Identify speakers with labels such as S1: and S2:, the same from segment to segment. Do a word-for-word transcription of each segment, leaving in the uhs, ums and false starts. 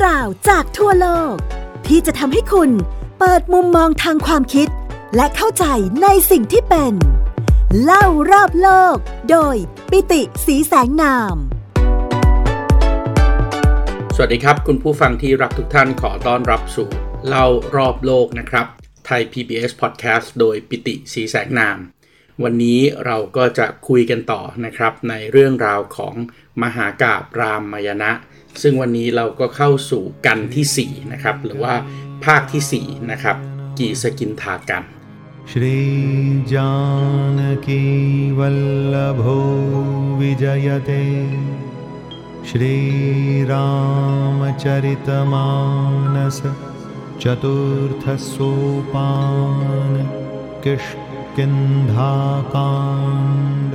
S1: ราวจากทั่วโลกที่จะทำให้คุณเปิดมุมมองทางความคิดและเข้าใจในสิ่งที่เป็นเล่ารอบโลกโดยปิติศรีแสงนาม
S2: สวัสดีครับคุณผู้ฟังที่รักทุกท่านขอต้อนรับสู่เล่ารอบโลกนะครับไทย พี บี เอส Podcast โดยปิติศรีแสงนามวันนี้เราก็จะคุยกันต่อนะครับในเรื่องราวของมหากาพย์รามายณะซึ่งวันนี้เราก็เข้าสู่กันที่สี่นะครับหรือว่าภาคที่สี่นะครับกีสกินธากัน
S3: श्री जानकी वल्लभो विजयते श्रीरामचरितमानस चतुर्थ सोपान किष्किन्धाकाण्ड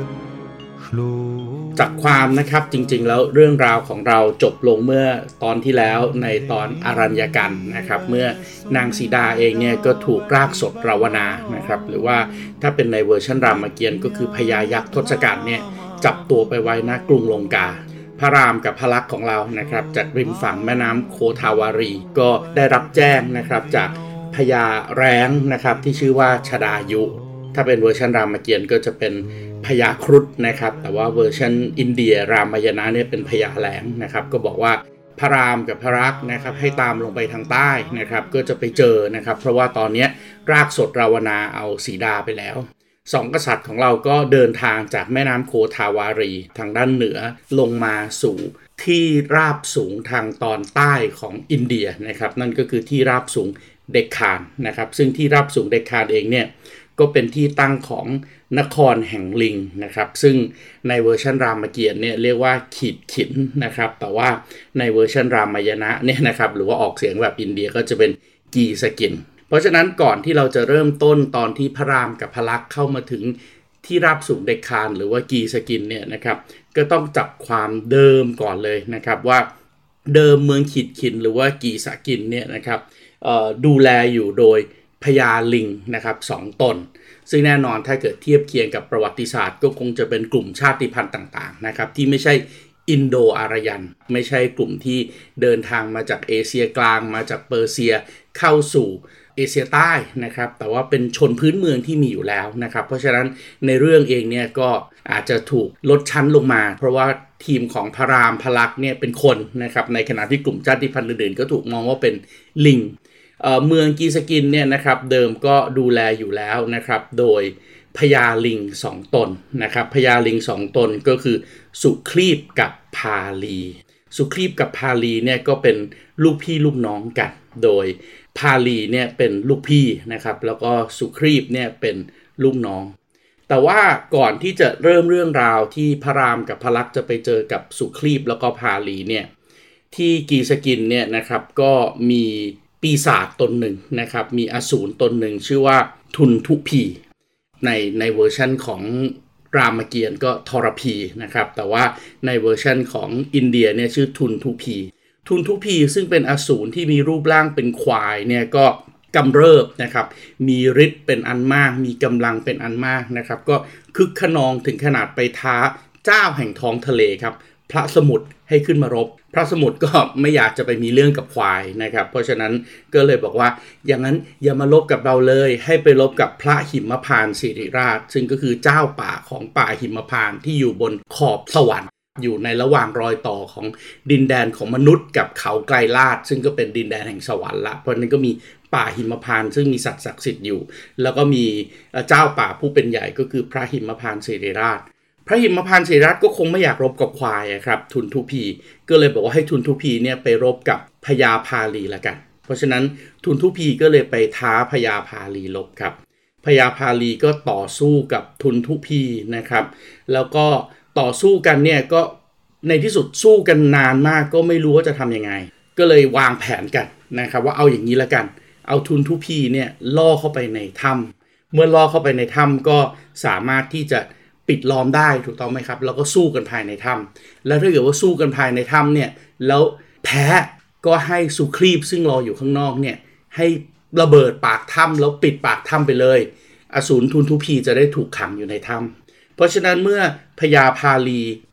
S3: श्लोक
S2: จากความนะครับจริงๆแล้วเรื่องราวของเราจบลงเมื่อตอนที่แล้วในตอนอารัญญกันนะครับเมื่อนางสีดาเองเนี่ยก็ถูกรากสดราวนานะครับหรือว่าถ้าเป็นในเวอร์ชันรามเกียรติ์ก็คือพญายักษ์ทศกัณฐ์เนี่ยจับตัวไปไว้ณกรุงลงกาพระรามกับพระลักษมณ์ของเรานะครับจากริมฝั่งแม่น้ำโคทาวารีก็ได้รับแจ้งนะครับจากพญาแร้งนะครับที่ชื่อว่าชดายุถ้าเป็นเวอร์ชันรามเกียรติ์ก็จะเป็นพญาครุฑนะครับแต่ว่าเวอร์ชันอินเดียรามายณะเนี่ยเป็นพญาแหลงนะครับก็บอกว่าพระรามกับพระลักษมณ์นะครับให้ตามลงไปทางใต้นะครับก็จะไปเจอนะครับเพราะว่าตอนนี้รากสดราวนาเอาสีดาไปแล้วสองกษัตริย์ของเราก็เดินทางจากแม่น้ำโคทาวารีทางด้านเหนือลงมาสู่ที่ราบสูงทางตอนใต้ของอินเดียนะครับนั่นก็คือที่ราบสูงเดคคานนะครับซึ่งที่ราบสูงเดคคานเองเนี่ยก็เป็นที่ตั้งของนครแห่งลิงนะครับซึ่งในเวอร์ชันรามเกียรติ์เนี่ยเรียกว่าขีดขินนะครับแต่ว่าในเวอร์ชันรามายณะเนี่ยนะครับหรือว่าออกเสียงแบบอินเดียก็จะเป็นกีสกินเพราะฉะนั้นก่อนที่เราจะเริ่มต้นตอนที่พระรามกับพระลักษมณ์เข้ามาถึงที่ราบสูงเดคคานหรือว่ากีสกินเนี่ยนะครับก็ต้องจับความเดิมก่อนเลยนะครับว่าเดิมเมืองขีดขินหรือว่ากีสกินเนี่ยนะครับดูแลอยู่โดยพญาลิงนะครับสองตนซึ่งแน่นอนถ้าเกิดเทียบเคียงกับประวัติศาสตร์ก็คงจะเป็นกลุ่มชาติพันธุ์ต่างๆนะครับที่ไม่ใช่อินโดอารยันไม่ใช่กลุ่มที่เดินทางมาจากเอเชียกลางมาจากเปอร์เซียเข้าสู่เอเชียใต้นะครับแต่ว่าเป็นชนพื้นเมืองที่มีอยู่แล้วนะครับเพราะฉะนั้นในเรื่องเองเนี่ยก็อาจจะถูกลดชั้นลงมาเพราะว่าทีมของพระรามพระลักษมณ์เนี่ยเป็นคนนะครับในขณะที่กลุ่มชาติพันธุ์อื่นๆก็ถูกมองว่าเป็นลิงเอ่อเมืองกีสกินเนี่ยนะครับเดิมก็ดูแลอยู่แล้วนะครับโดยพญาลิงสองตนนะครับพญาลิงสองตนก็คือสุครีพกับพาลีสุครีพกับพาลีเนี่ยก็เป็นลูกพี่ลูกน้องกันโดยพาลีเนี่ยเป็นลูกพี่นะครับแล้วก็สุครีพเนี่ยเป็นลูกน้องแต่ว่าก่อนที่จะเริ่มเรื่องราวที่พระรามกับพระลักษมณ์จะไปเจอกับสุครีพแล้วก็พาลีเนี่ยที่กีสกินเนี่ยนะครับก็มีปีศาจตนหนึ่งนะครับมีอสูรตนหนึ่งชื่อว่าทุนทุพีในในเวอร์ชันของรามเกียรติ์ก็ทรพีนะครับแต่ว่าในเวอร์ชันของอินเดียเนี่ยชื่อทุนทุพีทุนทุพีซึ่งเป็นอสูรที่มีรูปร่างเป็นควายเนี่ยก็กำเริบนะครับมีฤทธิ์เป็นอันมากมีกำลังเป็นอันมากนะครับก็คึกขนองถึงขนาดไปท้าเจ้าแห่งท้องทะเลครับพระสมุทรให้ขึ้นมารบพระสมุทรก็ไม่อยากจะไปมีเรื่องกับควายนะครับเพราะฉะนั้นก็เลยบอกว่าอย่างนั้นอย่ามารบกับเราเลยให้ไปรบกับพระหิมพานต์สิริราชซึ่งก็คือเจ้าป่าของป่าหิมพานต์ที่อยู่บนขอบสวรรค์อยู่ในระหว่างรอยต่อของดินแดนของมนุษย์กับเขาไกรลาศซึ่งก็เป็นดินแดนแห่งสวรรค์ละเพราะนั้นก็มีป่าหิมพานต์ซึ่งมีสัตว์ศักดิ์สิทธิ์อยู่แล้วก็มีเจ้าป่าผู้เป็นใหญ่ก็คือพระหิมพานต์สิริราชพระหิมพานต์สิริราชก็คงไม่อยากรบกับควายครับทุนทุพีก็เลยบอกว่าให้ทุนทุพีเนี่ยไปรบกับพญาพาลีละกันเพราะฉะนั้นทุนทุพีก็เลยไปท้าพญาพาลีรบครับพญาพาลีก็ต่อสู้กับทุนทุพีนะครับแล้วก็ต่อสู้กันเนี่ยก็ในที่สุดสู้กันนานมากก็ไม่รู้ว่าจะทำยังไงก็เลยวางแผนกันนะครับว่าเอาอย่างนี้ละกันเอาทุนทุพีเนี่ยล่อเข้าไปในถ้ำเมื่อล่อเข้าไปในถ้ำก็สามารถที่จะปิดล้อมได้ถูกต้องไหมครับแล้วก็สู้กันภายในถ้ำแล้วถ้าเกิดว่าสู้กันภายในถ้ำเนี่ยแล้วแพ้ก็ให้สุครีพซึ่งรออยู่ข้างนอกเนี่ยให้ระเบิดปากถ้ำแล้วปิดปากถ้ำไปเลยอสูรทุนทุพีจะได้ถูกขังอยู่ในถ้ำเพราะฉะนั้นเมื่อพญาพาลี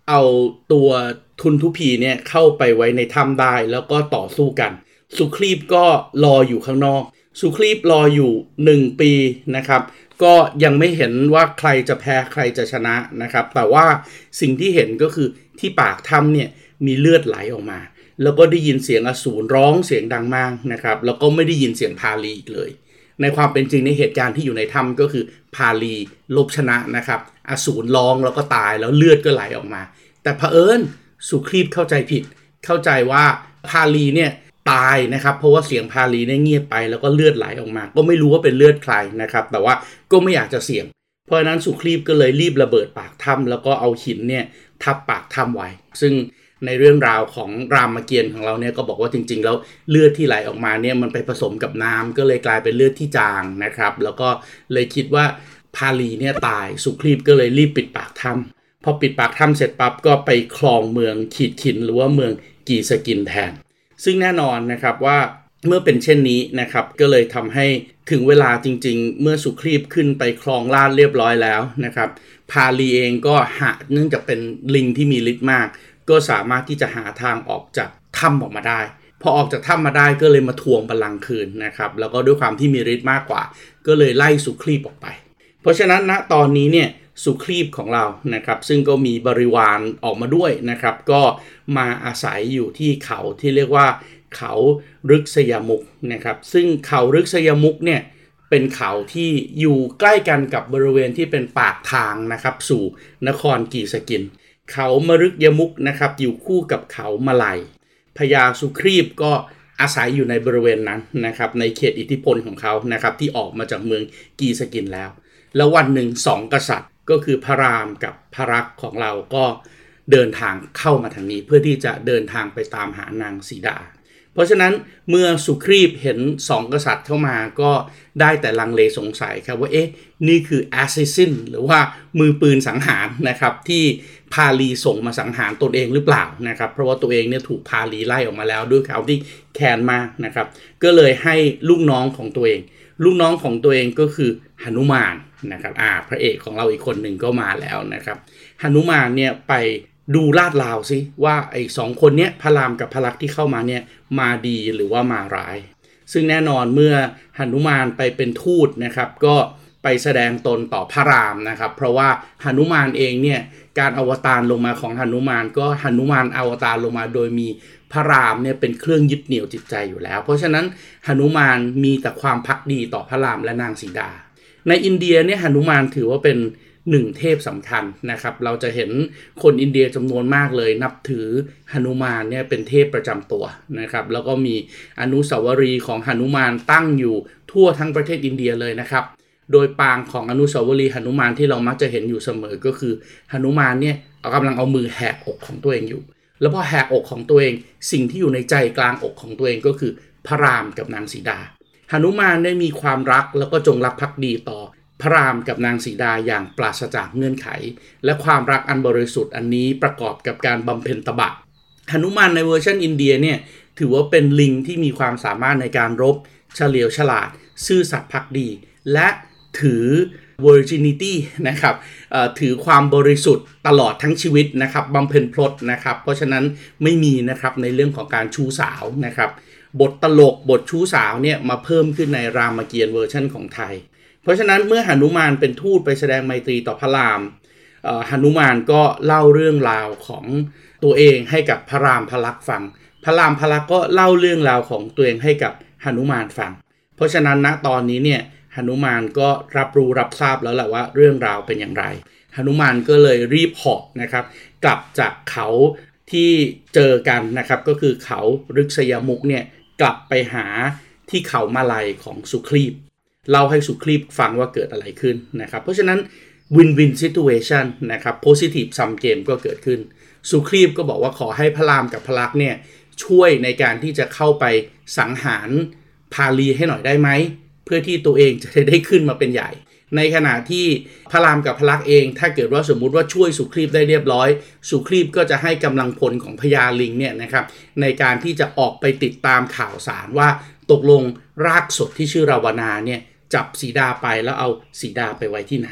S2: เอาตัวทุนทุพีเนี่ยเข้าไปไว้ในถ้ำได้แล้วก็ต่อสู้กันสุครีพก็รออยู่ข้างนอกสุครีพรออยู่หนึ่งปีนะครับก็ยังไม่เห็นว่าใครจะแพ้ใครจะชนะนะครับแต่ว่าสิ่งที่เห็นก็คือที่ปากถ้ำเนี่ยมีเลือดไหลออกมาแล้วก็ได้ยินเสียงอสูรร้องเสียงดังมากนะครับแล้วก็ไม่ได้ยินเสียงพาลีอีกเลยในความเป็นจริงในเหตุการณ์ที่อยู่ในถ้ำก็คือพาลีลบชนะนะครับอสูรร้องแล้วก็ตายแล้วเลือดก็ไหลออกมาแต่เผอิญสุครีพเข้าใจผิดเข้าใจว่าพาลีเนี่ยตายนะครับเพราะว่าเสียงพาลีเนี่ยเงียบไปแล้วก็เลือดไหลออกมาก็ไม่รู้ว่าเป็นเลือดใครนะครับแต่ว่าก็ไม่อยากจะเสี่ยงเพราะฉะนั้นสุครีพก็เลยรีบระเบิดปากถ้ำแล้วก็เอาหินเนี่ยทับปากถ้ำไว้ซึ่งในเรื่องราวของรามเกียรติ์ของเราเนี่ยก็บอกว่าจริงๆแล้วเลือดที่ไหลออกมาเนี่ยมันไปผสมกับน้ำก็เลยกลายเป็นเลือดที่จางนะครับแล้วก็เลยคิดว่าพาลีเนี่ยตายสุครีพก็เลยรีบปิดปากถ้ำพอปิดปากถ้ำเสร็จปั๊บก็ไปครองเมืองขีดขินหรือว่าเมืองกีสกินแทนซึ่งแน่นอนนะครับว่าเมื่อเป็นเช่นนี้นะครับก็เลยทำให้ถึงเวลาจริงๆเมื่อสุครีพขึ้นไปครองราชย์เรียบร้อยแล้วนะครับพาลีเองก็หาเนื่องจากเป็นลิงที่มีฤทธิ์มากก็สามารถที่จะหาทางออกจากถ้ำออกมาได้พอออกจากถ้ำมาได้ก็เลยมาทวงบัลลังก์คืนนะครับแล้วก็ด้วยความที่มีฤทธิ์มากกว่าก็เลยไล่สุครีพออกไปเพราะฉะนั้นณตอนนี้เนี่ยสุครีพของเรานะครับซึ่งก็มีบริวารออกมาด้วยนะครับก็มาอาศัยอยู่ที่เขาที่เรียกว่าเขาฤกษยมุขนะครับซึ่งเขาฤกษยมุขเนี่ยเป็นเขาที่อยู่ใกล้กันกับบริเวณที่เป็นปากทางนะครับสู่นครกีสกินเขามฤคยมุขนะครับอยู่คู่กับเขามาลัยพญาสุครีพก็อาศัยอยู่ในบริเวณนั้นนะครับในเขตอิทธิพลของเขานะครับที่ออกมาจากเมืองกีสกินแล้วแล้ววันหนึ่งสองกษัตริย์ก็คือพระรามกับพระลักษมณ์ของเราก็เดินทางเข้ามาทางนี้เพื่อที่จะเดินทางไปตามหานางสีดาเพราะฉะนั้นเมื่อสุครีพเห็นสองกษัตริย์เข้ามาก็ได้แต่ลังเลสงสัยครับว่าเอ๊ะนี่คือแอสซิสซินหรือว่ามือปืนสังหารนะครับที่พาลีส่งมาสังหารตนเองหรือเปล่านะครับเพราะว่าตัวเองเนี่ยถูกพาลีไล่ออกมาแล้วด้วยเขาที่แค้นมากนะครับก็เลยให้ลูกน้องของตัวเองลูกน้องของตัวเองก็คือหนุมานนะครับอ่าพระเอกของเราอีกคนหนึ่งก็มาแล้วนะครับหนุมานเนี่ยไปดูลาดราวซิว่าไอ้สองคนเนี้ยพระรามกับพระลักษมณ์ที่เข้ามาเนี่ยมาดีหรือว่ามาร้ายซึ่งแน่นอนเมื่อหนุมานไปเป็นทูตนะครับก็ไปแสดงตนต่อพระรามนะครับเพราะว่าหนุมานเองเนี่ยการอวตารลงมาของหนุมานก็หนุมานอวตารลงมาโดยมีพระรามเนี่ยเป็นเครื่องยึดเหนี่ยวจิตใจอยู่แล้วเพราะฉะนั้นหนุมานมีแต่ความภักดีต่อพระรามและนางสีดาในอินเดียเนี่ยหนุมานถือว่าเป็นหนึ่งเทพสำคัญนะครับเราจะเห็นคนอินเดียจำนวนมากเลยนับถือหนุมานเนี่ยเป็นเทพประจำตัวนะครับแล้วก็มีอนุสาวรีย์ของหนุมานตั้งอยู่ทั่วทั้งประเทศอินเดียเลยนะครับโดยปางของอนุสาวรีย์หนุมานที่เรามักจะเห็นอยู่เสมอก็คือหนุมานเนี่ยกำลังเอามือแหกอกของตัวเองอยู่แล้วพอแหกอกของตัวเองสิ่งที่อยู่ในใจกลางอกของตัวเองก็คือพระรามกับนางสีดาหนุมานได้มีความรักแล้วก็จงรักภักดีต่อพระรามกับนางสีดาอย่างปราศจากเงื่อนไขและความรักอันบริสุทธิ์อันนี้ประกอบกับการบำเพ็ญตบะหนุมานในเวอร์ชันอินเดียเนี่ยถือว่าเป็นลิงที่มีความสามารถในการรบเฉลียวฉลาดซื่อสัตย์ภักดีและถือ virginity นะครับถือความบริสุทธิ์ตลอดทั้งชีวิตนะครับบำเพ็ญพรตนะครับเพราะฉะนั้นไม่มีนะครับในเรื่องของการชู้สาวนะครับบทตลกบทชู้สาวเนี่ยมาเพิ่มขึ้นในรามเกียรติ์เวอร์ชันของไทยเพราะฉะนั้นเมื่อหนุมานเป็นทูตไปแสดงไมตรีต่อพระรามหนุมานก็เล่าเรื่องราวของตัวเองให้กับพระรามพระลักษมณ์ฟังพระรามพระลักษมณ์ก็เล่าเรื่องราวของตัวเองให้กับหนุมานฟังเพราะฉะนั้นณตอนนี้เนี่ยหนุมานก็รับรู้รับทราบแล้วแหละว่าเรื่องราวเป็นอย่างไรหนุมานก็เลยรีบเหาะนะครับกลับจากเขาที่เจอกันนะครับก็คือเขาฤกษยมุขเนี่ยกลับไปหาที่เขามาลัยของสุครีพเล่าให้สุครีพฟังว่าเกิดอะไรขึ้นนะครับเพราะฉะนั้น win-win situation นะครับ positive sum game ก็เกิดขึ้นสุครีพก็บอกว่าขอให้พระรามกับพระลักษมณ์เนี่ยช่วยในการที่จะเข้าไปสังหารพาลีให้หน่อยได้ไหมเพื่อที่ตัวเองจะได้ขึ้นมาเป็นใหญ่ในขณะที่พระรามกับพระลักษมณ์เองถ้าเกิดว่าสมมุติว่าช่วยสุครีพได้เรียบร้อยสุครีพก็จะให้กำลังพลของพญาลิงเนี่ยนะครับในการที่จะออกไปติดตามข่าวสารว่าตกลงรากสดที่ชื่อราวนาเนี่ยจับสีดาไปแล้วเอาสีดาไปไว้ที่ไหน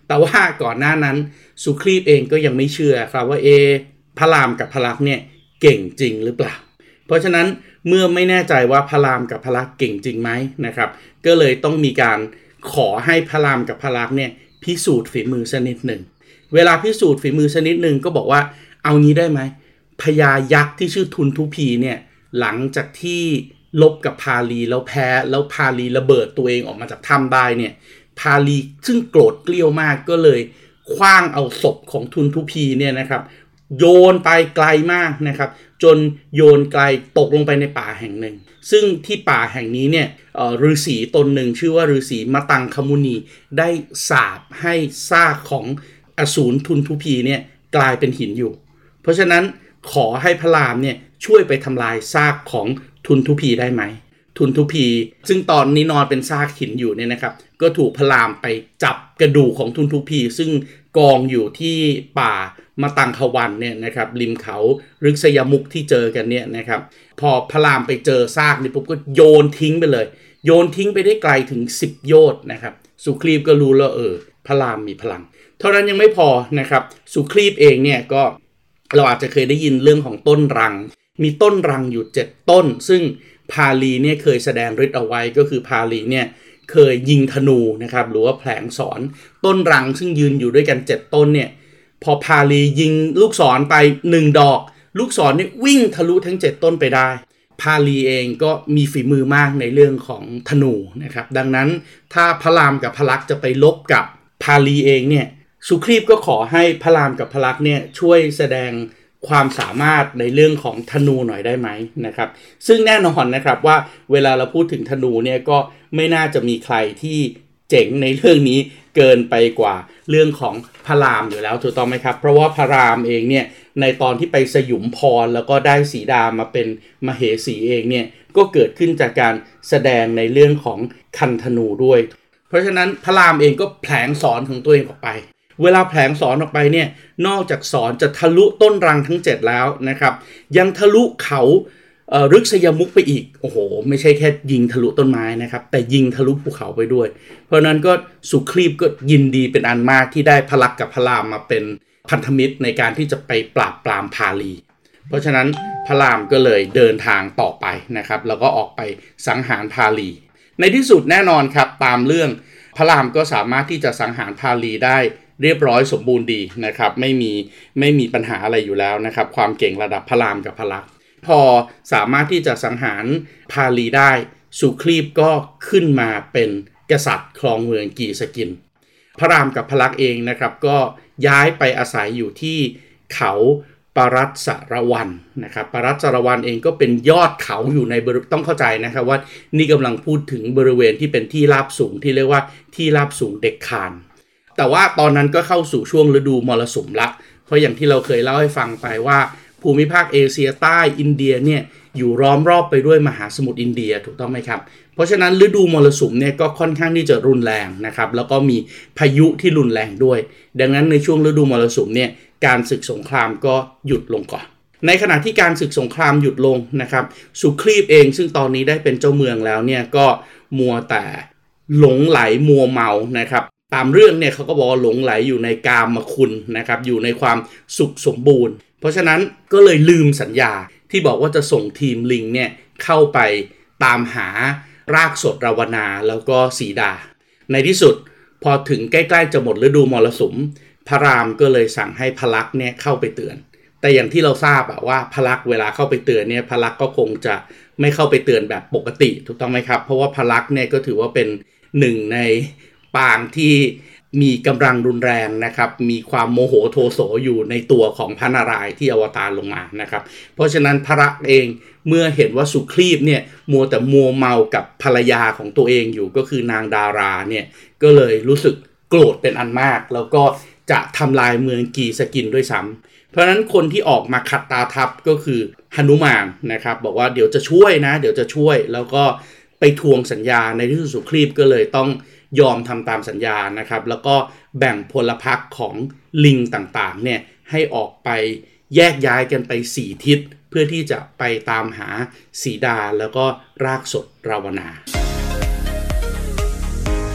S2: แต่ว่าก่อนหน้านั้นสุครีพเองก็ยังไม่เชื่อครับว่าเอพระรามกับพระลักษณ์เนี่ยเก่งจริงหรือเปล่าเพราะฉะนั้นเมื่อไม่แน่ใจว่าพระรามกับพระลักษณ์เก่งจริงไหมนะครับก็เลยต้องมีการขอให้พระรามกับพระลักษณ์เนี่ยพิสูจน์ฝีมือสักนิดหนึ่งเวลาพิสูจน์ฝีมือสักนิดหนึ่งก็บอกว่าเอางี้ได้ไหมพญายักษ์ที่ชื่อทุนทุพีเนี่ยหลังจากที่ลบกับพาลีแล้วแพ้แล้วพาลีระเบิดตัวเองออกมาจากถ้ำได้เนี่ยพาลีซึ่งโกรธเกลี้ยวมากก็เลยขว้างเอาศพของทุนทุพีเนี่ยนะครับโยนไปไกลมากนะครับจนโยนไกลตกลงไปในป่าแห่งหนึ่งซึ่งที่ป่าแห่งนี้เนี่ยฤาษีตนหนึ่งชื่อว่าฤาษีมตังคมุนีได้สาปให้ซากของอสูรทุนทุพีเนี่ยกลายเป็นหินอยู่เพราะฉะนั้นขอให้พระรามเนี่ยช่วยไปทำลายซากของทุนทุพีได้ไหมทุนทุพีซึ่งตอนนี้นอนเป็นซากหินอยู่เนี่ยนะครับก็ถูกพระรามไปจับกระดูกของทุนทุพีซึ่งกองอยู่ที่ป่ามาตังควันเนี่ยนะครับริมเขาฤกษยมุขที่เจอกันเนี่ยนะครับพอพระรามไปเจอซากนี่ปุ๊บก็โยนทิ้งไปเลยโยนทิ้งไปได้ไกลถึงสิบโยชน์นะครับสุครีพก็รู้แล้วเออพระรามมีพลังเท่านั้นยังไม่พอนะครับสุครีพเองเนี่ยก็เราอาจจะเคยได้ยินเรื่องของต้นรังมีต้นรังอยู่เจ็ดต้นซึ่งพาลีเนี่ยเคยแสดงฤทธิ์เอาไว้ก็คือพาลีเนี่ยเคยยิงธนูนะครับหรือว่าแผลงศรต้นรังซึ่งยืนอยู่ด้วยกันเจ็ดต้นเนี่ยพอพาลียิงลูกศรไปหนึ่งดอกลูกศรเนี่ยวิ่งทะลุทั้งเจ็ดต้นไปได้พาลีเองก็มีฝีมือมากในเรื่องของธนูนะครับดังนั้นถ้าพระรามกับพระลักษณ์จะไปลบกับพาลีเองเนี่ยสุครีพก็ขอให้พระรามกับพระลักษณ์เนี่ยช่วยแสดงความสามารถในเรื่องของธนูหน่อยได้ไหมนะครับซึ่งแน่นอนนะครับว่าเวลาเราพูดถึงธนูเนี่ยก็ไม่น่าจะมีใครที่เจ๋งในเรื่องนี้เกินไปกว่าเรื่องของพระรามอยู่แล้วถูกต้องไหมครับเพราะว่าพระรามเองเนี่ยในตอนที่ไปสยุมพรแล้วก็ได้สีดามาเป็นมเหสีเองเนี่ยก็เกิดขึ้นจากการแสดงในเรื่องของคันธนูด้วยเพราะฉะนั้นพระรามเองก็แผลงศรของตัวเองออกไปเวลาแผลงศรออกไปเนี่ยนอกจากศรจะทะลุต้นรังทั้งเจ็ดแล้วนะครับยังทะลุเขาเอ่อฤกษยมุขไปอีกโอ้โหไม่ใช่แค่ยิงทะลุต้นไม้นะครับแต่ยิงทะลุภูเขาไปด้วยเพราะนั้นก็สุครีพก็ยินดีเป็นอันมากที่ได้พระลักษณ์กับพระรามมาเป็นพันธมิตรในการที่จะไปปราบปรามพาลีเพราะฉะนั้นพระรามก็เลยเดินทางต่อไปนะครับแล้วก็ออกไปสังหารพาลีในที่สุดแน่นอนครับตามเรื่องพระรามก็สามารถที่จะสังหารพาลีได้เรียบร้อยสมบูรณ์ดีนะครับไม่มีไม่มีปัญหาอะไรอยู่แล้วนะครับความเก่งระดับพระรามกับพระลักษณ์พอสามารถที่จะสังหารพาลีได้สุครีพก็ขึ้นมาเป็นกษัตริย์ครองเมืองกีสกินพระรามกับพระลักษณ์เองนะครับก็ย้ายไปอาศัยอยู่ที่เขาปรัสสรวันนะครับปรัสสรวันเองก็เป็นยอดเขาอยู่ในต้องเข้าใจนะครับว่านี่กำลังพูดถึงบริเวณที่เป็นที่ราบสูงที่เรียกว่าที่ราบสูงเด็กคานแต่ว่าตอนนั้นก็เข้าสู่ช่วงฤดูมรสุมละเพราะอย่างที่เราเคยเล่าให้ฟังไปว่าภูมิภาคเอเชียใต้อินเดียเนี่ยอยู่ล้อมรอบไปด้วยมหาสมุทรอินเดียถูกต้องไหมครับเพราะฉะนั้นฤดูมรสุมเนี่ยก็ค่อนข้างที่จะรุนแรงนะครับแล้วก็มีพายุที่รุนแรงด้วยดังนั้นในช่วงฤดูมรสุมเนี่ยการศึกสงครามก็หยุดลงก่อนในขณะที่การศึกสงครามหยุดลงนะครับสุครีพเองซึ่งตอนนี้ได้เป็นเจ้าเมืองแล้วเนี่ยก็มัวแต่หลงไหลมัวเมานะครับตามเรื่องเนี่ยเขาก็บอกว่าหลงไหลอยู่ในกามคุณนะครับอยู่ในความสุขสมบูรณ์เพราะฉะนั้นก็เลยลืมสัญญาที่บอกว่าจะส่งทีมลิงเนี่ยเข้าไปตามหารากสดราวนาแล้วก็สีดาในที่สุดพอถึงใกล้ๆจะหมดฤดูมรสุมพระรามก็เลยสั่งให้พระลักษณ์เนี่ยเข้าไปเตือนแต่อย่างที่เราทราบอะว่าพระลักษณ์เวลาเข้าไปเตือนเนี่ยพระลักษณ์ก็คงจะไม่เข้าไปเตือนแบบปกติถูกต้องไหมครับเพราะว่าพระลักษณ์เนี่ยก็ถือว่าเป็นหนึ่งในปางที่มีกำลังรุนแรงนะครับมีความโมโหโทโสอยู่ในตัวของพระนารายณ์ที่อวตารลงมานะครับเพราะฉะนั้นพระลักษณ์เองเมื่อเห็นว่าสุครีพเนี่ยมัวแต่มัวเมากับภรรยาของตัวเองอยู่ก็คือนางดาราเนี่ยก็เลยรู้สึกโกรธเป็นอันมากแล้วก็จะทำลายเมืองกีสกินด้วยซ้ำเพราะฉะนั้นคนที่ออกมาขัดตาทัพก็คือหนุมานนะครับบอกว่าเดี๋ยวจะช่วยนะเดี๋ยวจะช่วยแล้วก็ไปทวงสัญญาในที่สุดสุครีพก็เลยต้องยอมทำตามสัญญานะครับแล้วก็แบ่งพลพรรคของลิงต่างๆเนี่ยให้ออกไปแยกย้ายกันไปสี่ทิศเพื่อที่จะไปตามหาสีดาแล้วก็รากสดราวนา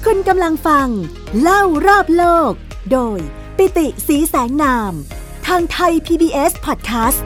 S1: คุณกำลังฟังเล่ารอบโลกโดยปิติศรีแสงนามทางไทย พี บี เอส Podcast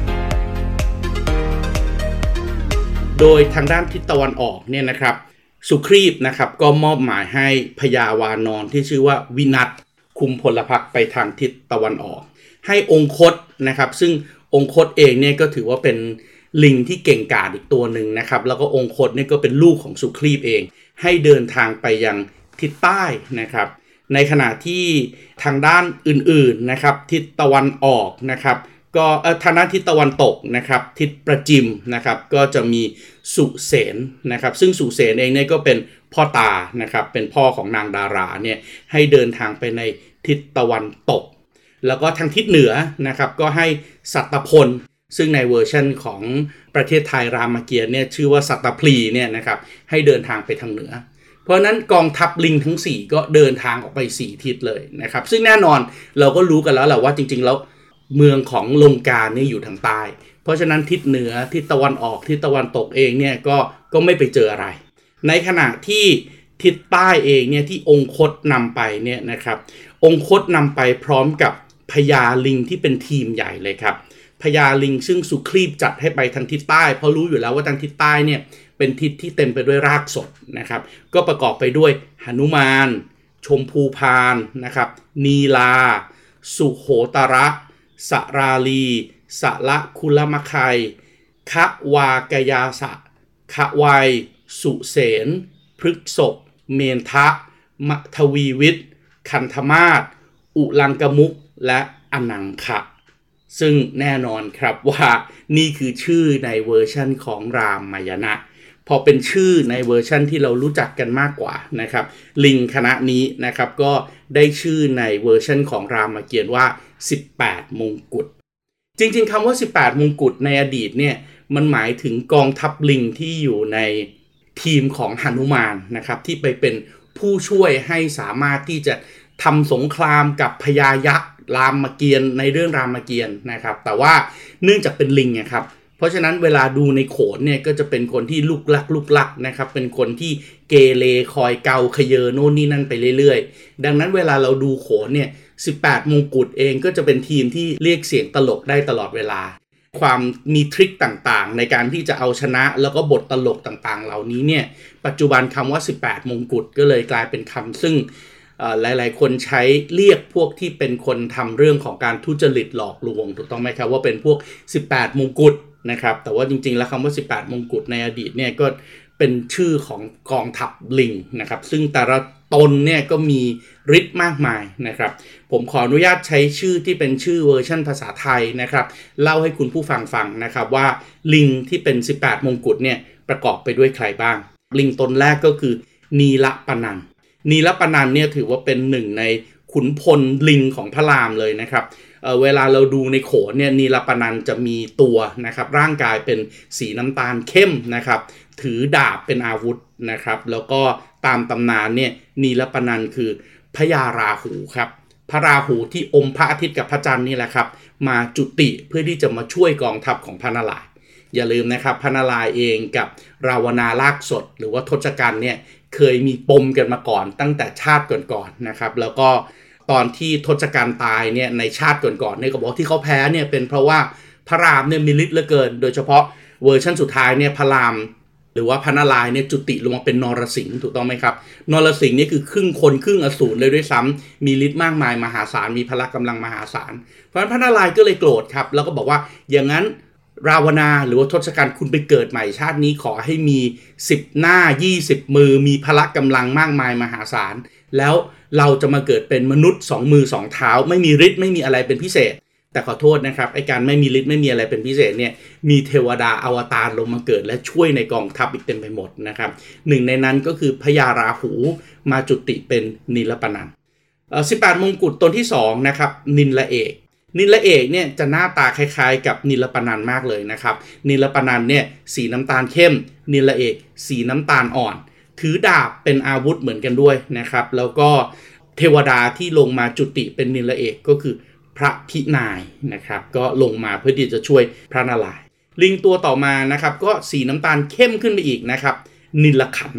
S2: โดยทางด้านทิศตะวันออกเนี่ยนะครับสุครีพนะครับก็มอบหมายให้พญาวานอนที่ชื่อว่าวินัทคุมพลพรรคไปทางทิศตะวันออกให้องคตนะครับซึ่งองคตเองเนี่ยก็ถือว่าเป็นลิงที่เก่งกาจอีกตัวหนึ่งนะครับแล้วก็องคตเนี่ยก็เป็นลูกของสุครีพเองให้เดินทางไปยังทิศใต้นะครับในขณะที่ทางด้านอื่นๆนะครับทิศตะวันออกนะครับก็เอ่อทางด้านทิศตะวันตกนะครับทิศประจิมนะครับก็จะมีสุเสนนะครับซึ่งสุเสนเองเนี่ยก็เป็นพ่อตานะครับเป็นพ่อของนางดาราเนี่ยให้เดินทางไปในทิศตะวันตกแล้วก็ทางทิศเหนือนะครับก็ให้สัตตพลซึ่งในเวอร์ชันของประเทศไทยรามเกียรติ์เนี่ยชื่อว่าสัตตพลีเนี่ยนะครับให้เดินทางไปทางเหนือเพราะนั้นกองทัพลิงทั้งสี่ก็เดินทางออกไปสี่ทิศเลยนะครับซึ่งแน่นอนเราก็รู้กันแล้วแหละว่าจริงๆแล้วเมืองของลงกาเนี่ยอยู่ทางใต้เพราะฉะนั้นทิศเหนือทิศตะวันออกทิศตะวันตกเองเนี่ยก็ก็ไม่ไปเจออะไรในขณะที่ทิศใต้เองเนี่ยที่องคตนำไปเนี่ยนะครับองคตนำไปพร้อมกับพญาลิงที่เป็นทีมใหญ่เลยครับพญาลิงซึ่งสุครีพจัดให้ไปทางทิศใต้เพราะรู้อยู่แล้วว่าทางทิศใต้เนี่ยเป็นทิศที่เต็มไปด้วยรากสดนะครับก็ประกอบไปด้วยหนุมานชมพูพานนะครับนีลาสุโหตระสราลีสละคุลมะไคคะวากยาสะคะวัยสุเสนพฤกษบเมนทะมทวีวิทย์คันธมาศอุลังกมุกและอนังคะซึ่งแน่นอนครับว่านี่คือชื่อในเวอร์ชันของรามายณะพอเป็นชื่อในเวอร์ชันที่เรารู้จักกันมากกว่านะครับลิงคณะนี้นะครับก็ได้ชื่อในเวอร์ชันของรามเกียรติ์ว่าสิบแปดมงกุฎจริงๆคำว่าสิบแปดมงกุฎในอดีตเนี่ยมันหมายถึงกองทัพลิงที่อยู่ในทีมของหนุมานนะครับที่ไปเป็นผู้ช่วยให้สามารถที่จะทำสงครามกับพญายักษ์รามเกียรติ์ในเรื่องรามเกียรติ์นะครับแต่ว่าเนื่องจากเป็นลิงนะครับเพราะฉะนั้นเวลาดูในโขนเนี่ยก็จะเป็นคนที่ลุกลักลุกลักนะครับเป็นคนที่เกเรคอยเกาขยเยโน่นนี่นั่นไปเรื่อยๆดังนั้นเวลาเราดูโขนเนี่ยสิบแปดมงกุฎเองก็จะเป็นทีมที่เรียกเสียงตลกได้ตลอดเวลาความมีทริคต่างๆในการที่จะเอาชนะแล้วก็บทตลกต่างๆเหล่านี้เนี่ยปัจจุบันคำว่าสิบแปดมงกุฎก็เลยกลายเป็นคำซึ่งหลายๆคนใช้เรียกพวกที่เป็นคนทำเรื่องของการทุจริตหลอกลวงถูกต้องไหมครับว่าเป็นพวกสิบแปดมงกุฎนะครับแต่ว่าจริงๆแล้วคำว่าสิบแปดมงกุฎในอดีตเนี่ยก็เป็นชื่อของกองทัพลิงนะครับซึ่งแต่ละตนเนี่ยก็มีฤทธิ์มากมายนะครับผมขออนุญาตใช้ชื่อที่เป็นชื่อเวอร์ชันภาษาไทยนะครับเล่าให้คุณผู้ฟังฟังนะครับว่าลิงที่เป็นสิบแปดมงกุฎเนี่ยประกอบไปด้วยใครบ้างลิงตนแรกก็คือนีละปนันนีละปนันเนี่ยถือว่าเป็นหนึ่งในขุนพลลิงของพระรามเลยนะครับ เอ่อ เวลาเราดูในโขนเนี่ยนีละปนันจะมีตัวนะครับร่างกายเป็นสีน้ำตาลเข้มนะครับถือดาบเป็นอาวุธนะครับแล้วก็ตามตำนานเนี่ยนีละปนันคือพญาราหูครับพระราหูที่อมพระอาทิตย์กับพระจันทร์นี่แหละครับมาจุติเพื่อที่จะมาช่วยกองทัพของพระนารายณ์อย่าลืมนะครับพระนารายณ์เองกับราวนาลากสดหรือว่าทศกัณฐ์เนี่ยเคยมีปมกันมาก่อนตั้งแต่ชาติก่อนๆนะครับแล้วก็ตอนที่ทศกัณฐ์ตายเนี่ยในชาติก่อนๆเนี่ยก็บอกที่เขาแพ้เนี่ยเป็นเพราะว่าพระรามเนี่ยมีฤทธิ์เหลือเกินโดยเฉพาะเวอร์ชันสุดท้ายเนี่ยพระรามหรือว่าพระนารายณ์เนี่ยจุติลงมาเป็นนรสิงห์ถูกต้องไหมครับนรสิงห์นี่คือครึ่งคนครึ่งอสูรเลยด้วยซ้ำมีฤทธิ์มากมายมหาศาลมีพละกำลังมหาศาลเพราะฉะนั้นพระนารายณ์ก็เลยโกรธครับแล้วก็บอกว่าอย่างนั้นราวนาหรือว่าทศกัณฐ์คุณไปเกิดใหม่ชาตินี้ขอให้มีสิบหน้ายี่สิบมือมีพละกำลังมากมายมหาศาลแล้วเราจะมาเกิดเป็นมนุษย์สองมือสองเท้าไม่มีฤทธิ์ไม่มีอะไรเป็นพิเศษแต่ขอโทษนะครับไอ้การไม่มีฤทธิ์ไม่มีอะไรเป็นพิเศษเนี่ยมีเทวดาอวตารลงมาเกิดและช่วยในกองทัพอีกเต็มไปหมดนะครับหนึ่งในนั้นก็คือพญาราหูมาจุติเป็นนิลปนันเอ่อสิบแปดมงกุฎตนที่สองนะครับนิลเอกนิลเอกเนี่ยจะหน้าตาคล้ายๆกับนิลปนันมากเลยนะครับนิลปนันเนี่ยสีน้ำตาลเข้มนิลเอกสีน้ำตาลอ่อนถือดาบเป็นอาวุธเหมือนกันด้วยนะครับแล้วก็เทวดาที่ลงมาจุติเป็นนิลเอกก็คือพระพินายนะครับก็ลงมาเพื่อที่จะช่วยพระนารายณ์ลิงตัวต่อมานะครับก็สีน้ำตาลเข้มขึ้นไปอีกนะครับนิลขันธ์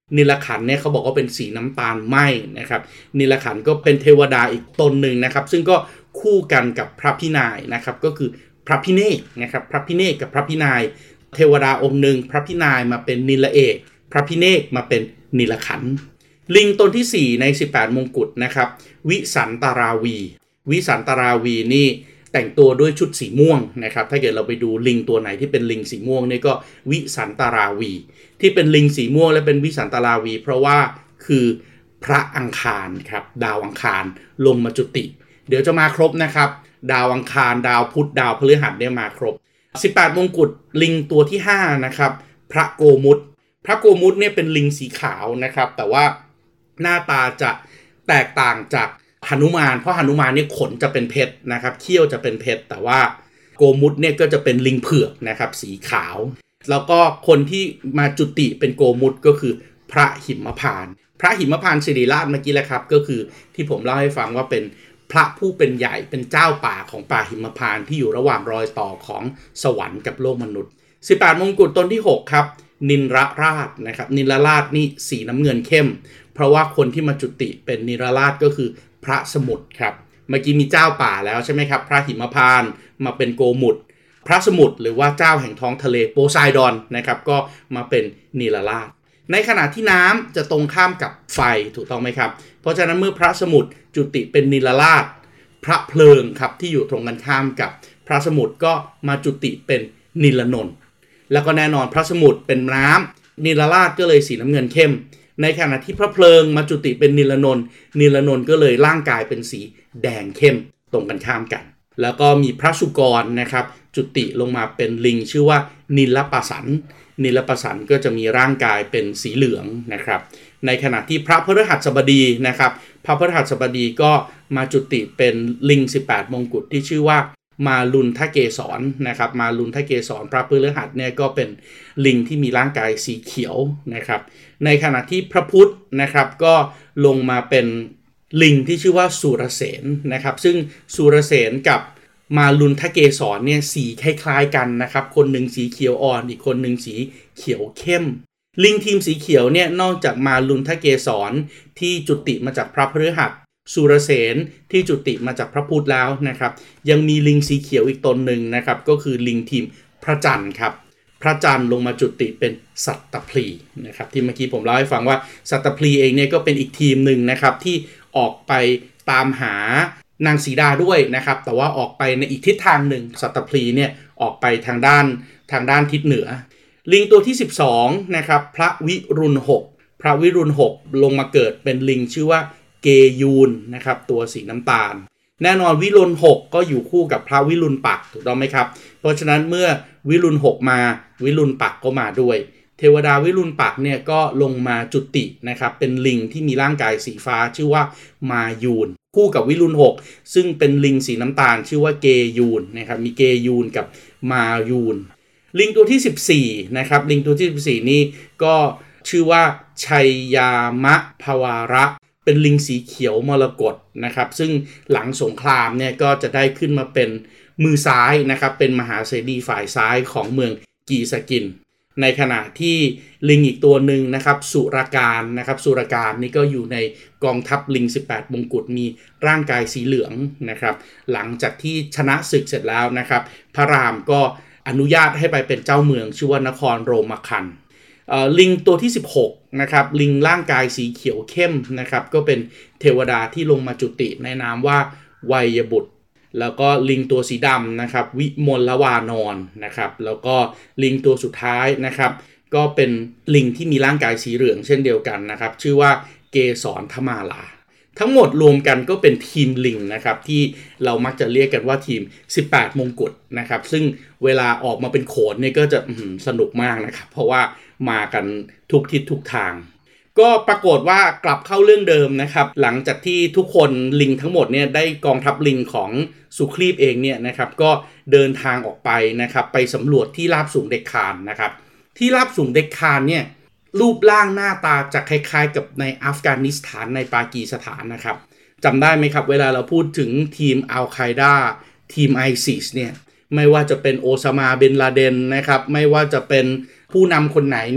S2: นิลขันธ์เนี่ยเขาบอกว่าเป็นสีน้ำตาลไหม้นะครับนิลขันธ์ก็เป็นเทวดาอีกตนหนึ่งนะครับซึ่งก็คู่กันกับพระพินายนะครับก็คือพระพิเนศนะครับพระพิเนศกับพระพินายเทวดาองค์หนึ่งพระพินายมาเป็นนิลเอกพระพิเนศมาเป็นนิลขันธ์ลิงตนที่สี่ในสิบแปดมงกุฎนะครับวิสันตราวีวิสันตราวีนี่แต่งตัวด้วยชุดสีม่วงนะครับถ้าเกิดเราไปดูลิงตัวไหนที่เป็นลิงสีม่วงนี่ก็วิสันตราวีที่เป็นลิงสีม่วงและเป็นวิสันตราวีเพราะว่าคือพระอังคารครับดาวอังคารลงมาจุติเดี๋ยวจะมาครบนะครับดาวอังคารดาวพุธดาวพฤหัสเนี่ยมาครบสิบแปดมงกุฎลิงตัวที่ห้านะครับพระโกมุตพระโกมุตเนี่ยเป็นลิงสีขาวนะครับแต่ว่าหน้าตาจะแตกต่างจากหนุมานเพราะหนุมานเนี่ยขนจะเป็นเพชรนะครับเขี้ยวจะเป็นเพชรแต่ว่าโกมุตเนี่ยก็จะเป็นลิงเผือกนะครับสีขาวแล้วก็คนที่มาจุติเป็นโกมุตก็คือพระหิมพานต์พระหิมพานต์ศิริราชเมื่อกี้แหละครับก็คือที่ผมเล่าให้ฟังว่าเป็นพระผู้เป็นใหญ่เป็นเจ้าป่าของป่าหิมพานต์ที่อยู่ระหว่างรอยต่อของสวรรค์กับโลกมนุษย์สิบแปดมงกุฎตนที่หกครับนินรราชนะครับนินรราชนี่สีน้ำเงินเข้มเพราะว่าคนที่มาจุติเป็นนินรราชก็คือพระสมุทรครับเมื่อกี้มีเจ้าป่าแล้วใช่ไหมครับพระหิมพานต์มาเป็นโกมุตพระสมุทรหรือว่าเจ้าแห่งท้องทะเลโพไซดอนนะครับก็มาเป็นนิรราชในขณะที่น้ำจะตรงข้ามกับไฟถูกต้องไหมครับเพราะฉะนั้นเมื่อพระสมุทรจุติเป็นนิรราชพระเพลิงครับที่อยู่ตรงกันข้ามกับพระสมุทรก็มาจุติเป็นนิลนนท์แล้วก็แน่นอนพระสมุทรเป็นน้ำนิรราชก็เลยสีน้ำเงินเข้มในขณะที่พระเพลิงมาจุติเป็นนิลนนท์นิลนนท์ก็เลยร่างกายเป็นสีแดงเข้มตรงกันข้ามกันแล้วก็มีพระสุกรนะครับจุติลงมาเป็นลิงชื่อว่านิลปสันนิลปสันก็จะมีร่างกายเป็นสีเหลืองนะครับในขณะที่พระพฤหัสบดีนะครับพระพฤหัสบดีก็มาจุติเป็นลิงสิบแปดมงกุฎที่ชื่อว่ามาลุนทเกศรนะครับมาลุนทเกศรพระพฤหัสเนี่ยก็เป็นลิงที่มีร่างกายสีเขียวนะครับในขณะที่พระพุธนะครับก็ลงมาเป็นลิงที่ชื่อว่าสุรเสนนะครับซึ่งสุรเสนกับมาลุนทเกศรเนี่ยสีคล้ายๆกันนะครับคนหนึ่งสีเขียวอ่อนอีกคนหนึ่งสีเขียวเข้มลิงทีมสีเขียวเนี่ยนอกจากมาลุนทเกศรที่จุติมาจากพระพฤหัสสุรเสนที่จุติมาจากพระพุธแล้วนะครับยังมีลิงสีเขียวอีกตนหนึ่งนะครับก็คือลิงทีมพระจันทร์ครับพระจันทร์ลงมาจุติเป็นสัตตพลีนะครับที่เมื่อกี้ผมเล่าให้ฟังว่าสัตตพลีเองเนี่ยก็เป็นอีกทีมหนึ่งนะครับที่ออกไปตามหานางสีดาด้วยนะครับแต่ว่าออกไปในอีกทิศทางหนึ่งสัตตพลีเนี่ยออกไปทางด้านทางด้านทิศเหนือลิงตัวที่สิบสองนะครับพระวิรุณหกพระวิรุณหกลงมาเกิดเป็นลิงชื่อว่าเกยูนนะครับตัวสีน้ำตาลแน่นอนวิรุณหกก็อยู่คู่กับพระวิรุณปักถูกต้องไหมครับเพราะฉะนั้นเมื่อวิรุณหกมาวิรุณปักก็มาด้วยเทวดาวิรุณปักเนี่ยก็ลงมาจุตินะครับเป็นลิงที่มีร่างกายสีฟ้าชื่อว่ามายูนคู่กับวิรุณหกซึ่งเป็นลิงสีน้ำตาลชื่อว่าเกยูนนะครับมีเกยูนกับมายูนลิงตัวที่สิบสี่นะครับลิงตัวที่สิบสี่นี่ก็ชื่อว่าชัยยามะภวาระเป็นลิงสีเขียวมรกตนะครับซึ่งหลังสงครามเนี่ยก็จะได้ขึ้นมาเป็นมือซ้ายนะครับเป็นมหาเสนีฝ่ายซ้ายของเมืองกีสกินในขณะที่ลิงอีกตัวหนึ่งนะครับสุรการนะครับสุรการนี่ก็อยู่ในกองทัพลิงสิบแปดมงกุฎมีร่างกายสีเหลืองนะครับหลังจากที่ชนะศึกเสร็จแล้วนะครับพระรามก็อนุญาตให้ไปเป็นเจ้าเมืองชื่อว่านครโรมคันลิงตัวที่สิบหกนะครับลิงร่างกายสีเขียวเข้มนะครับก็เป็นเทวดาที่ลงมาจุติในนามว่าไวยบุตรแล้วก็ลิงตัวสีดำนะครับวิมลวานอนนะครับแล้วก็ลิงตัวสุดท้ายนะครับก็เป็นลิงที่มีร่างกายสีเหลืองเช่นเดียวกันนะครับชื่อว่าเกสรธมาลาทั้งหมดรวมกันก็เป็นทีมลิงนะครับที่เรามักจะเรียกกันว่าทีมสิบแปดมงกุฎนะครับซึ่งเวลาออกมาเป็นโขนเนี่ยก็จะสนุกมากนะครับเพราะว่ามากันทุกทิศทุกทางก็ปรากฏว่ากลับเข้าเรื่องเดิมนะครับหลังจากที่ทุกคนลิงทั้งหมดเนี่ยได้กองทัพลิงของสุครีพเองเนี่ยนะครับก็เดินทางออกไปนะครับไปสำรวจที่ราบสูงเดคคานนะครับที่ราบสูงเดคคานเนี่ยรูปร่างหน้าตาจะคล้ายๆกับในอัฟกานิสถานในปากีสถานนะครับจำได้ไหมครับเวลาเราพูดถึงทีมอัลไคดาทีมไอซิสเนี่ยไม่ว่าจะเป็นโอซามาบินลาเดนนะครับไม่ว่าจะเป็นผู้นำคนไหนเนี่ย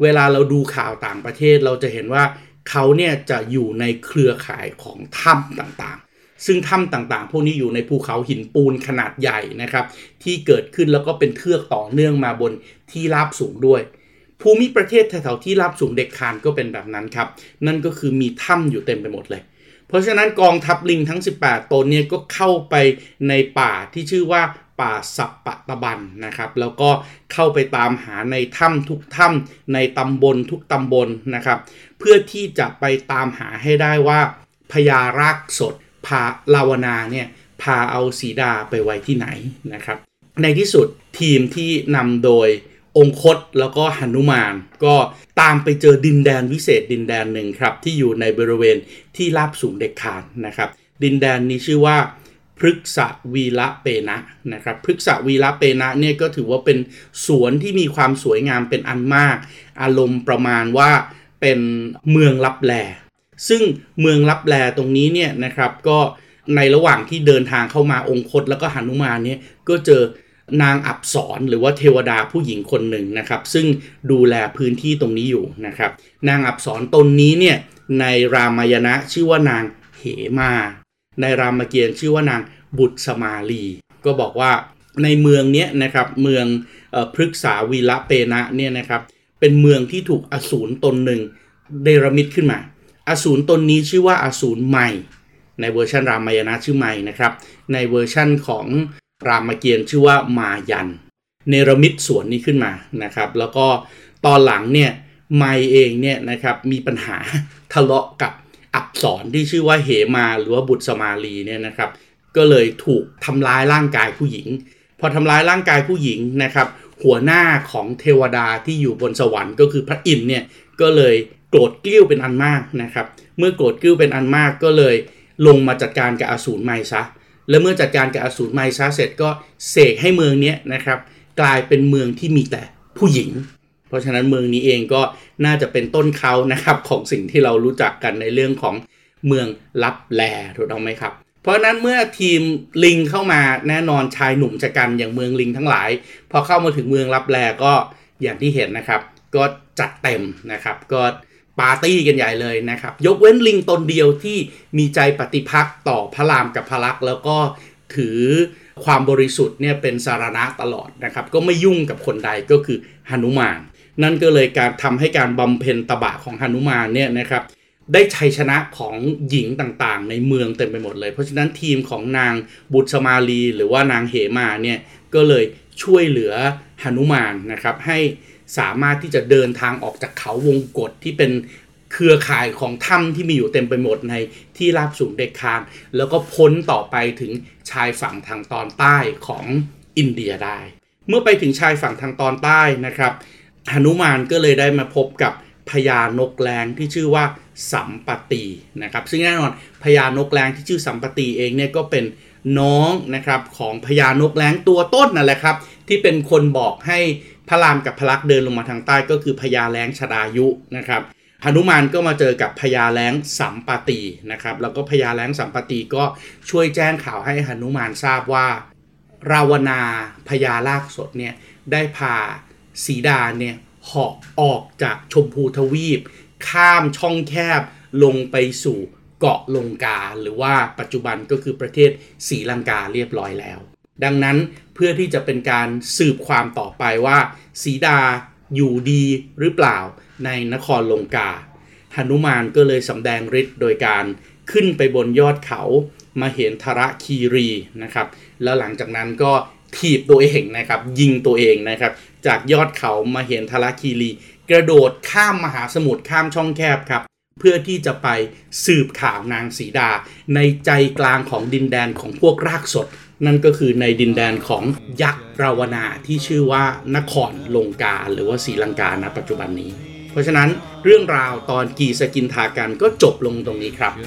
S2: เวลาเราดูข่าวต่างประเทศเราจะเห็นว่าเขาเนี่ยจะอยู่ในเครือข่ายของถ้ำต่างๆซึ่งถ้ำต่างๆพวกนี้อยู่ในภูเขาหินปูนขนาดใหญ่นะครับที่เกิดขึ้นแล้วก็เป็นเทือกต่อเนื่องมาบนที่ราบสูงด้วยภูมิประเทศแถวๆที่ราบสูงเด็กคานก็เป็นแบบนั้นครับนั่นก็คือมีถ้ำอยู่เต็มไปหมดเลยเพราะฉะนั้นกองทัพลิงทั้งสิบแปดตนเนี่ยก็เข้าไปในป่าที่ชื่อว่าป่าสัปปะตะบันนะครับแล้วก็เข้าไปตามหาในถ้ำทุกถ้ำในตำบลทุกตำบลนะครับเพื่อที่จะไปตามหาให้ได้ว่าพญารากสดพาลาวนาเนี่ยพาเอาสีดาไปไว้ที่ไหนนะครับในที่สุดทีมที่นำโดยองคตแล้วก็หนุมานก็ตามไปเจอดินแดนวิเศษดินแดนหนึ่งครับที่อยู่ในบริเวณที่ราบสูงเด็กคานนะครับดินแดนนี้ชื่อว่าพฤกษวีระเปนะนะครับพฤกษวีระเปนะเนี่ยก็ถือว่าเป็นสวนที่มีความสวยงามเป็นอันมากอารมณ์ประมาณว่าเป็นเมืองลับแลซึ่งเมืองลับแลตรงนี้เนี่ยนะครับก็ในระหว่างที่เดินทางเข้ามาองคตแล้วก็หนุมานเนี่ยก็เจอนางอัปสรหรือว่าเทวดาผู้หญิงคนหนึ่งนะครับซึ่งดูแลพื้นที่ตรงนี้อยู่นะครับนางอัปสรตนนี้เนี่ยในรามายณะชื่อว่านางเหมาในรามเกียรติชื่อว่านางบุตรสมาลีก็บอกว่าในเมืองนี้นะครับเมืองเอ่อพฤกษวีระเปนะเนี่ยนะครับเป็นเมืองที่ถูกอสูรตนหนึ่งเนรมิตขึ้นมาอสูรตนนี้ชื่อว่าอสูรไมในเวอร์ชันรามายณะชื่อไมนะครับในเวอร์ชันของรามเกียรติชื่อว่ามายันเนรมิตสวนนี้ขึ้นมานะครับแล้วก็ตอนหลังเนี่ยไมเองเนี่ยนะครับมีปัญหาทะเลาะกับอัปสรที่ชื่อว่าเหมาหรือว่าบุตรสมาลีเนี่ยนะครับก็เลยถูกทำร้ายร่างกายผู้หญิงพอทำร้ายร่างกายผู้หญิงนะครับหัวหน้าของเทวดาที่อยู่บนสวรรค์ก็คือพระอินทร์เนี่ยก็เลยโกรธกริ้วเป็นอันมากนะครับเมื่อโกรธกริ้วเป็นอันมากก็เลยลงมาจัดการกับอสูรไมซะและเมื่อจัดการกับอสูรไมซะเสร็จก็เสกให้เมืองนี้นะครับกลายเป็นเมืองที่มีแต่ผู้หญิงเพราะฉะนั้นเมืองนี้เองก็น่าจะเป็นต้นเขานะครับของสิ่งที่เรารู้จักกันในเรื่องของเมืองลับแลถูกต้องไหมครับเพราะนั้นเมื่อทีมลิงเข้ามาแน่นอนชายหนุ่มชะกันอย่างเมืองลิงทั้งหลายพอเข้ามาถึงเมืองลับแลก็อย่างที่เห็นนะครับก็จัดเต็มนะครับก็ปาร์ตี้กันใหญ่เลยนะครับยกเว้นลิงตนเดียวที่มีใจปฏิภักษ์ต่อพระรามกับพระลักษมณ์แล้วก็ถือความบริสุทธิ์เนี่ยเป็นสารณะตลอดนะครับก็ไม่ยุ่งกับคนใดก็คือหนุมานนั่นก็เลยการทำให้การบำเพ็ญตบะของหนุมานเนี่ยนะครับได้ชัยชนะของหญิงต่างๆในเมืองเต็มไปหมดเลยเพราะฉะนั้นทีมของนางบุตรสมาลีหรือว่านางเหมาเนี่ยก็เลยช่วยเหลือหนุมานนะครับให้สามารถที่จะเดินทางออกจากเขาวงกฏที่เป็นเครือข่ายของถ้ำที่มีอยู่เต็มไปหมดในที่ราบสูงเด็กคานแล้วก็พ้นต่อไปถึงชายฝั่งทางตอนใต้ของอินเดียได้เมื่อไปถึงชายฝั่งทางตอนใต้นะครับหนุมานก็เลยได้มาพบกับพญานกแร้งที่ชื่อว่าสัมปตินะครับซึ่งแน่นอนพญานกแร้งที่ชื่อสัมปติเองเนี่ยก็เป็นน้องนะครับของพญานกแร้งตัวต้นนั่นแหละครับที่เป็นคนบอกให้พระรามกับพระลักษมณ์เดินลงมาทางใต้ก็คือพญาแร้งชฎายุนะครับหนุมานก็มาเจอกับพญาแร้งสัมปตินะครับแล้วก็พญาแร้งสัมปติก็ช่วยแจ้งข่าวให้หนุมานทราบว่าราวนาพญารากสดเนี่ยได้พาสีดาเนี่ยเหาะออกจากชมพูทวีปข้ามช่องแคบลงไปสู่เกาะลงกาหรือว่าปัจจุบันก็คือประเทศศรีลังกาเรียบร้อยแล้วดังนั้นเพื่อที่จะเป็นการสืบความต่อไปว่าสีดาอยู่ดีหรือเปล่าในนครลงกาหนุมานก็เลยสำแดงฤทธิ์โดยการขึ้นไปบนยอดเขามาเห็นทรคีรีนะครับแล้วหลังจากนั้นก็ถีบตัวเองนะครับยิงตัวเองนะครับจากยอดเขามาเห็นทรคีรีกระโดดข้ามมหาสมุทรข้ามช่องแคบครับเพื่อที่จะไปสืบข่าวนางสีดาในใจกลางของดินแดนของพวกรากสดนั่นก็คือในดินแดนของยักษ์ราวนาที่ชื่อว่านครลงกาหรือว่าศรีลังกาณปัจจุบันนี้เพราะฉะนั้นเรื่องราวตอนกีสกินทากันก็จบลงตรงนี้ครับ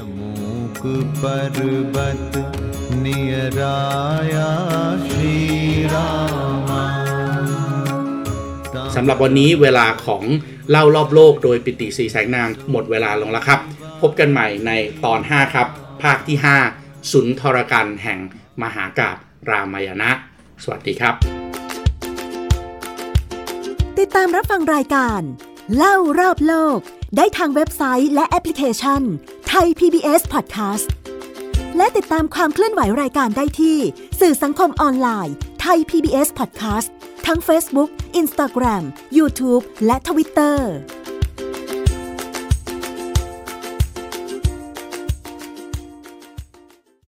S2: สำหรับวันนี้เวลาของเล่ารอบโลกโดยปิติศรีแสงนามหมดเวลาลงแล้วครับพบกันใหม่ในตอนห้าครับภาคที่ห้าสุนทรกันแห่งมหากาพย์รามายณะสวัสดีครับ
S1: ติดตามรับฟังรายการเล่ารอบโลกได้ทางเว็บไซต์และแอปพลิเคชัน Thai พี บี เอส Podcast และติดตามความเคลื่อนไหวรายการได้ที่สื่อสังคมออนไลน์ Thai พี บี เอส Podcast ทั้ง Facebook, Instagram, YouTube และ Twitter